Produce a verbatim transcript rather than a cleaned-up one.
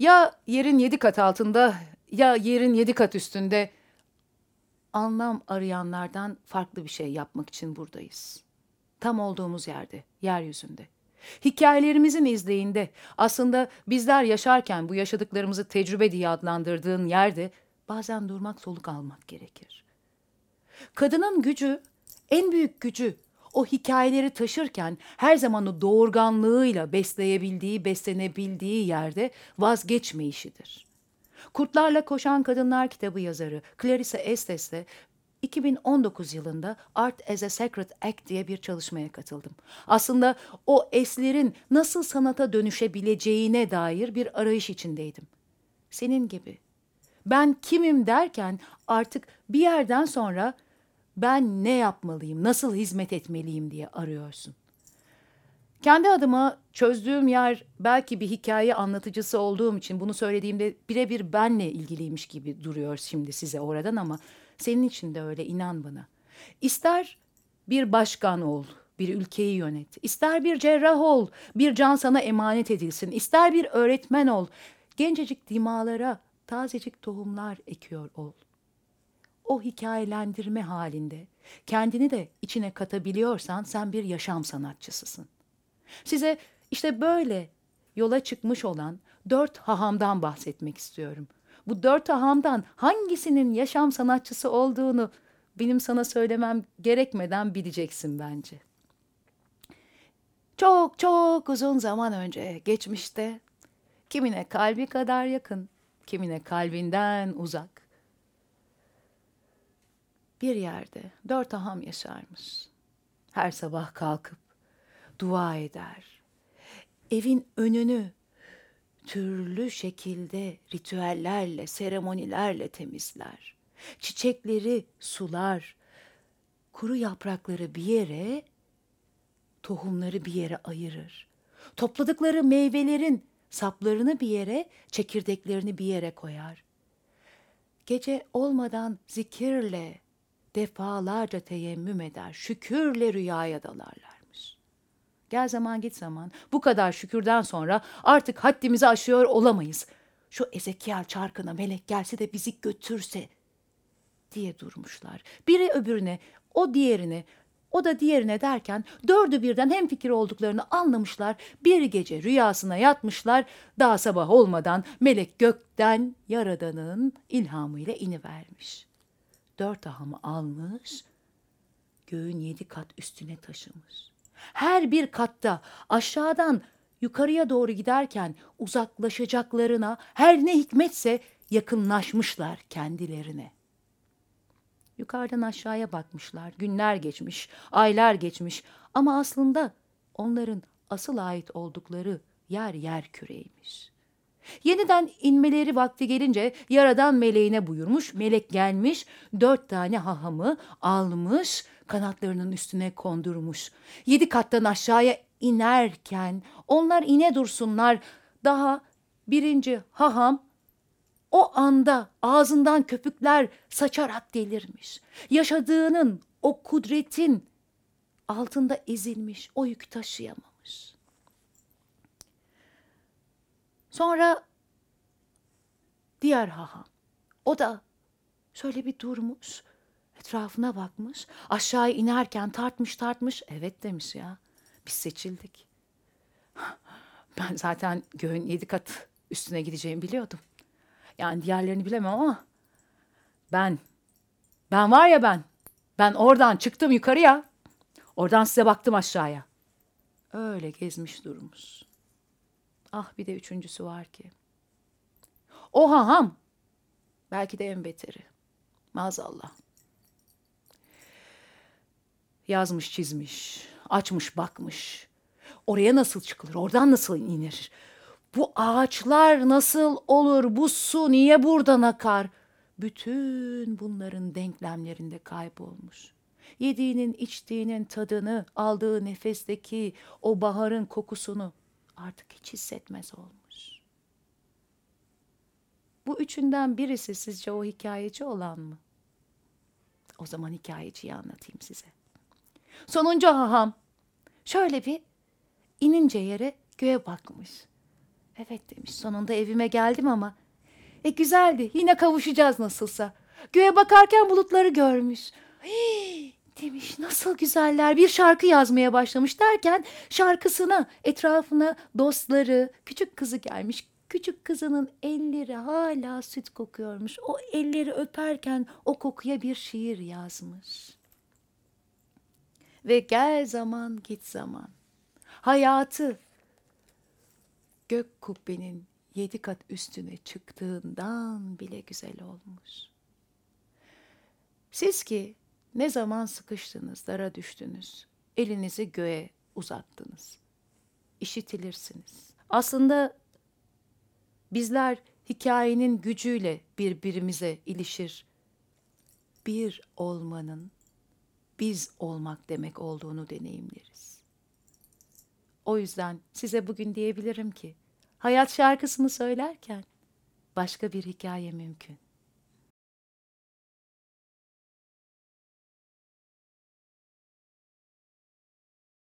Ya yerin yedi kat altında ya yerin yedi kat üstünde anlam arayanlardan farklı bir şey yapmak için buradayız. Tam olduğumuz yerde, yeryüzünde. Hikayelerimizin izleyinde, aslında bizler yaşarken bu yaşadıklarımızı tecrübe diye adlandırdığın yerde bazen durmak, soluk almak gerekir. Kadının gücü, en büyük gücü o hikayeleri taşırken her zaman o doğurganlığıyla besleyebildiği, beslenebildiği yerde vazgeçmeyişidir. Kurtlarla Koşan Kadınlar kitabı yazarı Clarissa Estes de iki bin on dokuz yılında Art as a Sacred Act diye bir çalışmaya katıldım. Aslında o eslerin nasıl sanata dönüşebileceğine dair bir arayış içindeydim. Senin gibi. Ben kimim derken artık bir yerden sonra ben ne yapmalıyım, nasıl hizmet etmeliyim diye arıyorsun. Kendi adıma çözdüğüm yer belki bir hikaye anlatıcısı olduğum için bunu söylediğimde birebir benle ilgiliymiş gibi duruyor şimdi size oradan ama senin için de öyle, inan bana. İster bir başkan ol, bir ülkeyi yönet, ister bir cerrah ol, bir can sana emanet edilsin, ister bir öğretmen ol, gencecik dimağlara tazecik tohumlar ekiyor ol. O hikayelendirme halinde kendini de içine katabiliyorsan sen bir yaşam sanatçısısın. Size işte böyle yola çıkmış olan dört hahamdan bahsetmek istiyorum. Bu dört hahamdan hangisinin yaşam sanatçısı olduğunu benim sana söylemem gerekmeden bileceksin bence. Çok çok uzun zaman önce, geçmişte, kimine kalbi kadar yakın, kimine kalbinden uzak, bir yerde dört haham yaşarmış. Her sabah kalkıp dua eder. Evin önünü türlü şekilde ritüellerle, seremonilerle temizler. Çiçekleri sular, kuru yaprakları bir yere, tohumları bir yere ayırır. Topladıkları meyvelerin saplarını bir yere, çekirdeklerini bir yere koyar. Gece olmadan zikirle defalarca teyemmüm eder, şükürle rüyaya dalarlarmış. Gel zaman git zaman, bu kadar şükürden sonra artık haddimizi aşıyor olamayız. Şu Ezekiel çarkına melek gelse de bizi götürse diye durmuşlar. Biri öbürüne, o diğerine, o da diğerine derken dördü birden hemfikir olduklarını anlamışlar. Bir gece rüyasına yatmışlar. Daha sabah olmadan melek gökten Yaradan'ın ilhamıyla inivermiş. Dört ahamı almış, göğün yedi kat üstüne taşımış. Her bir katta aşağıdan yukarıya doğru giderken uzaklaşacaklarına her ne hikmetse yakınlaşmışlar kendilerine. Yukarıdan aşağıya bakmışlar. Günler geçmiş, aylar geçmiş ama aslında onların asıl ait oldukları yer yer küreymiş. Yeniden inmeleri vakti gelince Yaradan meleğine buyurmuş, melek gelmiş, dört tane hahamı almış, kanatlarının üstüne kondurmuş. Yedi kattan aşağıya inerken onlar ine dursunlar. Daha birinci haham o anda ağzından köpükler saçarak delirmiş. Yaşadığının, o kudretin altında ezilmiş, o yükü taşıyamamış. Sonra diğer haham, o da şöyle bir durmuş, etrafına bakmış, aşağı inerken tartmış tartmış, evet demiş ya, biz seçildik. Ben zaten göğün yedi kat üstüne gideceğimi biliyordum. Yani diğerlerini bilemem ama ben, ben var ya ben, ben oradan çıktım yukarıya, oradan size baktım aşağıya. Öyle gezmiş durmuş. Ah bir de üçüncüsü var ki. O haham, belki de en beteri. Maazallah. Yazmış çizmiş, açmış bakmış. Oraya nasıl çıkılır, oradan nasıl inir? Bu ağaçlar nasıl olur, bu su niye buradan akar? Bütün bunların denklemlerinde kaybolmuş. Yediğinin, içtiğinin tadını, aldığı nefesteki o baharın kokusunu artık hiç hissetmez olmuş. Bu üçünden birisi sizce o hikayeci olan mı? O zaman hikayeciyi anlatayım size. Sonuncu haham şöyle bir inince yere göğe bakmış. Evet demiş, sonunda evime geldim ama. E güzeldi, yine kavuşacağız nasılsa. Göğe bakarken bulutları görmüş. Hii, demiş, nasıl güzeller, bir şarkı yazmaya başlamış derken şarkısına etrafına dostları, küçük kızı gelmiş. Küçük kızının elleri hala süt kokuyormuş. O elleri öperken o kokuya bir şiir yazmış. Ve gel zaman git zaman. Hayatı gök kubbenin yedi kat üstüne çıktığından bile güzel olmuş. Siz ki ne zaman sıkıştınız, dara düştünüz, elinizi göğe uzattınız. İşitilirsiniz. Aslında bizler hikayenin gücüyle birbirimize ilişir. Bir olmanın biz olmak demek olduğunu deneyimleriz. O yüzden size bugün diyebilirim ki, hayat şarkısını söylerken başka bir hikaye mümkün.